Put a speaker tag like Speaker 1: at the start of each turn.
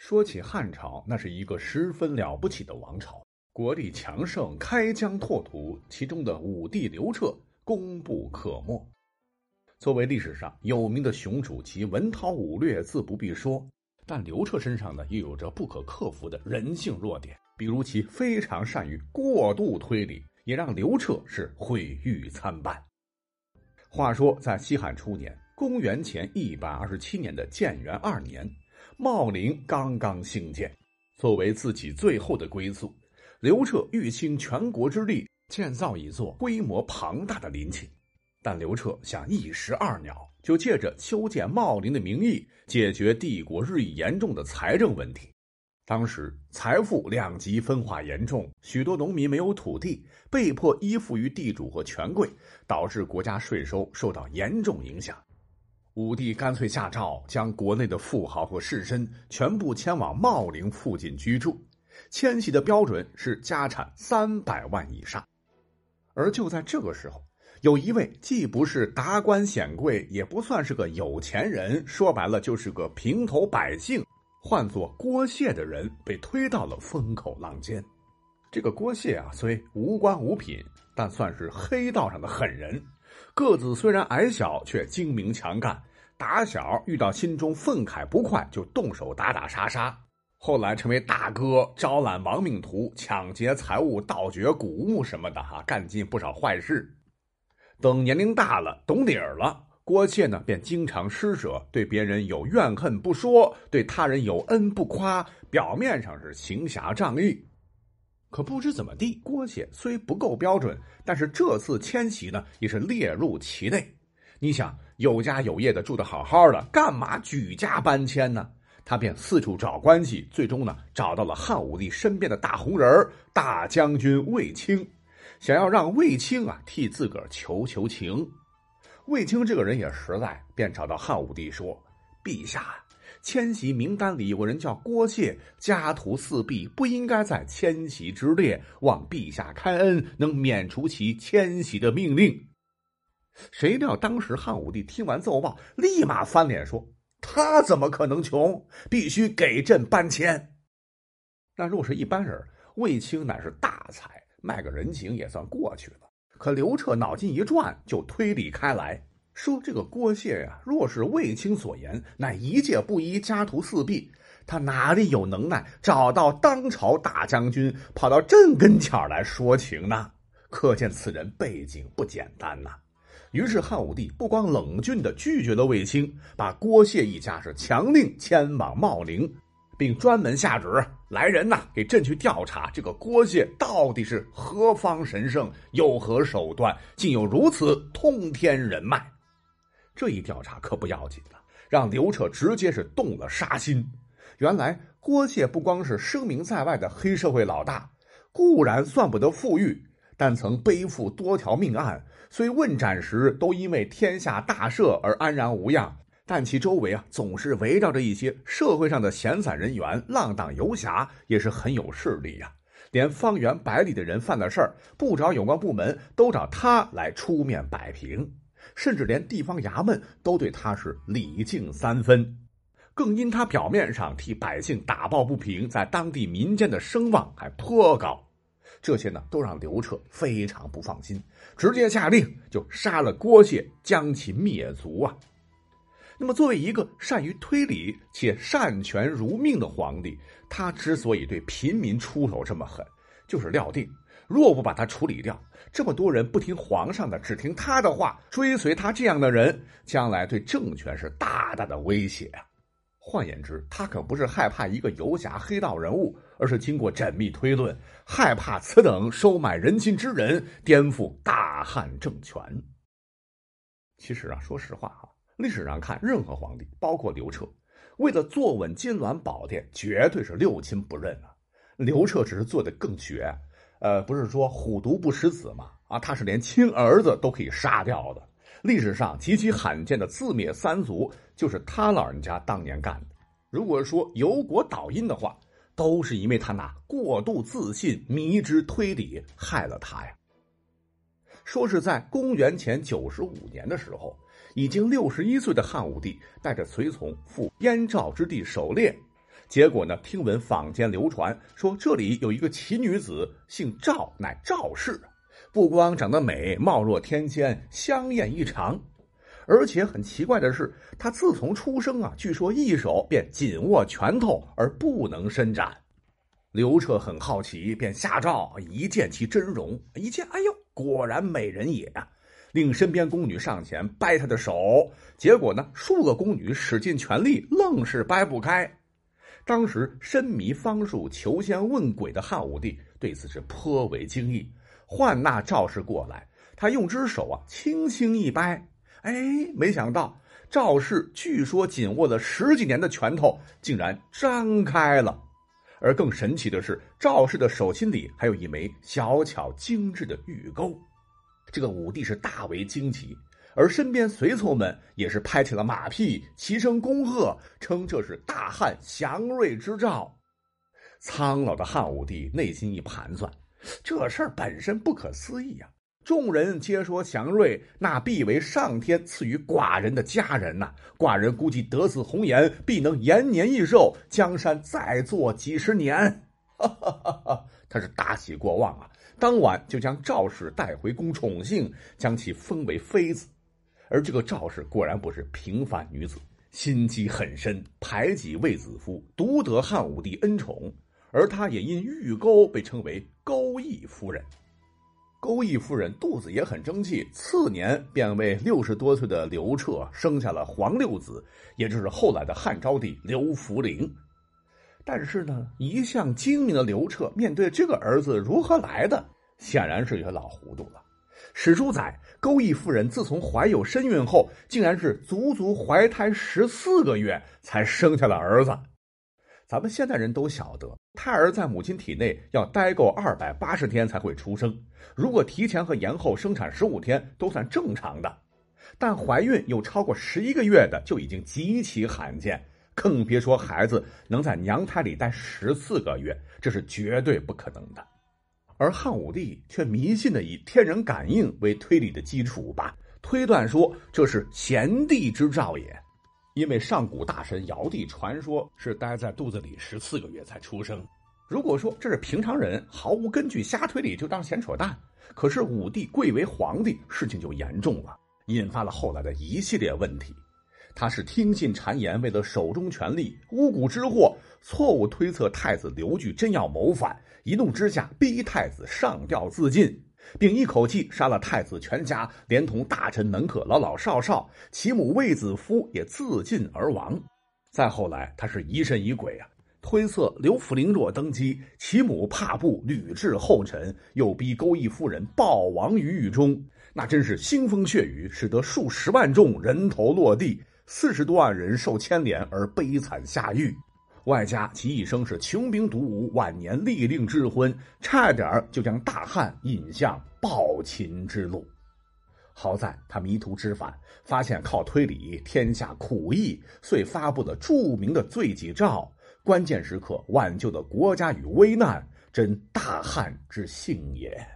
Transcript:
Speaker 1: 说起汉朝，那是一个十分了不起的王朝，国力强盛，开疆拓土，其中的武帝刘彻功不可没。作为历史上有名的雄主，其文韬武略自不必说，但刘彻身上呢，也有着不可克服的人性弱点，比如其非常善于过度推理，也让刘彻是毁誉参半。话说在西汉初年，公元前127年的建元2年，茂陵刚刚兴建，作为自己最后的归宿，刘彻欲倾全国之力建造一座规模庞大的陵寝。但刘彻想一石二鸟，就借着修建茂陵的名义解决帝国日益严重的财政问题。当时财富两极分化严重，许多农民没有土地，被迫依附于地主和权贵，导致国家税收受到严重影响。武帝干脆下诏，将国内的富豪和士绅全部迁往茂陵附近居住，迁徙的标准是家产300万以上。而就在这个时候，有一位既不是达官显贵，也不算是个有钱人，说白了就是个平头百姓，唤作郭谢的人被推到了风口浪尖。这个郭谢啊，虽无官无品，但算是黑道上的狠人。个子虽然矮小，却精明强干，打小遇到心中愤慨不快就动手打打杀杀，后来成为大哥，招揽亡命徒，抢劫财物，盗掘古物什么的干尽不少坏事。等年龄大了，懂底儿了，郭谢呢便经常施舍，对别人有怨恨不说，对他人有恩不夸，表面上是行侠仗义。可不知怎么地，郭谢虽不够标准，但是这次迁徙呢也是列入其内。你想，有家有业的住得好好的，干嘛举家搬迁呢？他便四处找关系，最终呢找到了汉武帝身边的大红人大将军卫青，想要让卫青替自个儿求求情。卫青这个人也实在，便找到汉武帝说：陛下，迁徙名单里有个人叫郭谢，家徒四壁，不应该在迁徙之列，望陛下开恩，能免除其迁徙的命令。谁料当时汉武帝听完奏报，立马翻脸说：他怎么可能穷，必须给朕搬迁。那若是一般人，卫青乃是大才，卖个人情也算过去了。可刘彻脑筋一转，就推理开来，说这个郭谢若是卫青所言，乃一介布衣，家徒四壁，他哪里有能耐找到当朝大将军，跑到朕跟前来说情呢？可见此人背景不简单呐。于是汉武帝不光冷峻地拒绝了卫青，把郭谢一家是强令迁往茂陵，并专门下旨来人给朕去调查这个郭谢到底是何方神圣，有何手段，竟有如此通天人脉。这一调查可不要紧了，让刘彻直接是动了杀心。原来郭谢不光是声名在外的黑社会老大，固然算不得富裕，但曾背负多条命案，虽问斩时都因为天下大赦而安然无恙，但其周围总是围绕着一些社会上的闲散人员，浪荡游侠，也是很有势力连方圆100里的人犯的事儿，不找有关部门，都找他来出面摆平，甚至连地方衙门都对他是礼敬3分。更因他表面上替百姓打抱不平，在当地民间的声望还颇高。这些呢，都让刘彻非常不放心，直接下令就杀了郭谢，将其灭族那么作为一个善于推理且善权如命的皇帝，他之所以对平民出手这么狠，就是料定若不把他处理掉，这么多人不听皇上的，只听他的话，追随他这样的人，将来对政权是大大的威胁换言之，他可不是害怕一个游侠黑道人物，而是经过缜密推论，害怕此等收买人心之人颠覆大汉政权。其实说实话历史上看，任何皇帝包括刘彻，为了坐稳金銮宝殿，绝对是六亲不认刘彻只是做得更绝，不是说虎毒不食子嘛他是连亲儿子都可以杀掉的。历史上极其罕见的自灭3族，就是他老人家当年干的。如果说由国导因的话，都是因为他那过度自信、迷之推理害了他说是在公元前95年的时候，已经61岁的汉武帝带着随从赴燕赵之地狩猎， 结果呢，听闻坊间流传说这里有一个奇女子，姓赵，乃赵氏，不光长得美，貌若天仙，香艳异常。而且很奇怪的是，她自从出生据说一手便紧握拳头而不能伸展。刘彻很好奇，便下诏一见其真容，一见，哎呦，果然美人也令身边宫女上前掰她的手，结果呢，数个宫女使尽全力，愣是掰不开。当时深迷方术、求仙问鬼的汉武帝对此是颇为惊异，唤那赵氏过来，他用只手轻轻一掰，没想到赵氏据说紧握了10几年的拳头竟然张开了。而更神奇的是，赵氏的手心里还有一枚小巧精致的玉钩。这个武帝是大为惊奇，而身边随从们也是拍起了马屁，齐声恭贺，称这是大汉祥瑞之兆。苍老的汉武帝内心一盘算，这事儿本身不可思议众人皆说祥瑞，那必为上天赐予寡人的佳人寡人估计得此红颜，必能延年益寿，江山再做几十年。他是大喜过望当晚就将赵氏带回宫宠幸，将其封为妃子。而这个赵氏果然不是平凡女子，心机很深，排挤卫子夫，独得汉武帝恩宠，而她也因玉钩被称为钩弋夫人。钩弋夫人肚子也很争气，次年便为60多岁的刘彻生下了皇六子，也就是后来的汉昭帝刘弗陵。但是呢，一向精明的刘彻面对这个儿子如何来的，显然是有些老糊涂了。史书载，钩弋夫人自从怀有身孕后，竟然是足足怀胎14个月才生下了儿子。咱们现代人都晓得，胎儿在母亲体内要待够280天才会出生，如果提前和延后生产15天都算正常的，但怀孕有超过11个月的就已经极其罕见，更别说孩子能在娘胎里待14个月，这是绝对不可能的。而汉武帝却迷信的以天人感应为推理的基础推断说这是贤帝之兆也。因为上古大神尧帝传说是待在肚子里14个月才出生，如果说这是平常人毫无根据瞎推理就当闲扯淡，可是武帝贵为皇帝，事情就严重了，引发了后来的一系列问题。他是听信谗言，为了手中权力，巫蛊之祸，错误推测太子刘据真要谋反，一怒之下逼太子上吊自尽，并一口气杀了太子全家，连同大臣门客老老少少，其母卫子夫也自尽而亡。再后来他是疑神疑鬼推测刘弗陵若登基，其母怕不屡致后尘，又逼钩弋夫人暴亡于狱中，那真是腥风血雨，使得数十万众人头落地，40多万人受牵连而悲惨下狱。外加其一生是穷兵黩武，晚年利令智昏，差点就将大汉引向暴秦之路。好在他迷途知返，发现靠推理天下苦役，遂发布了著名的罪己诏，关键时刻挽救了国家于危难，真大汉之幸也。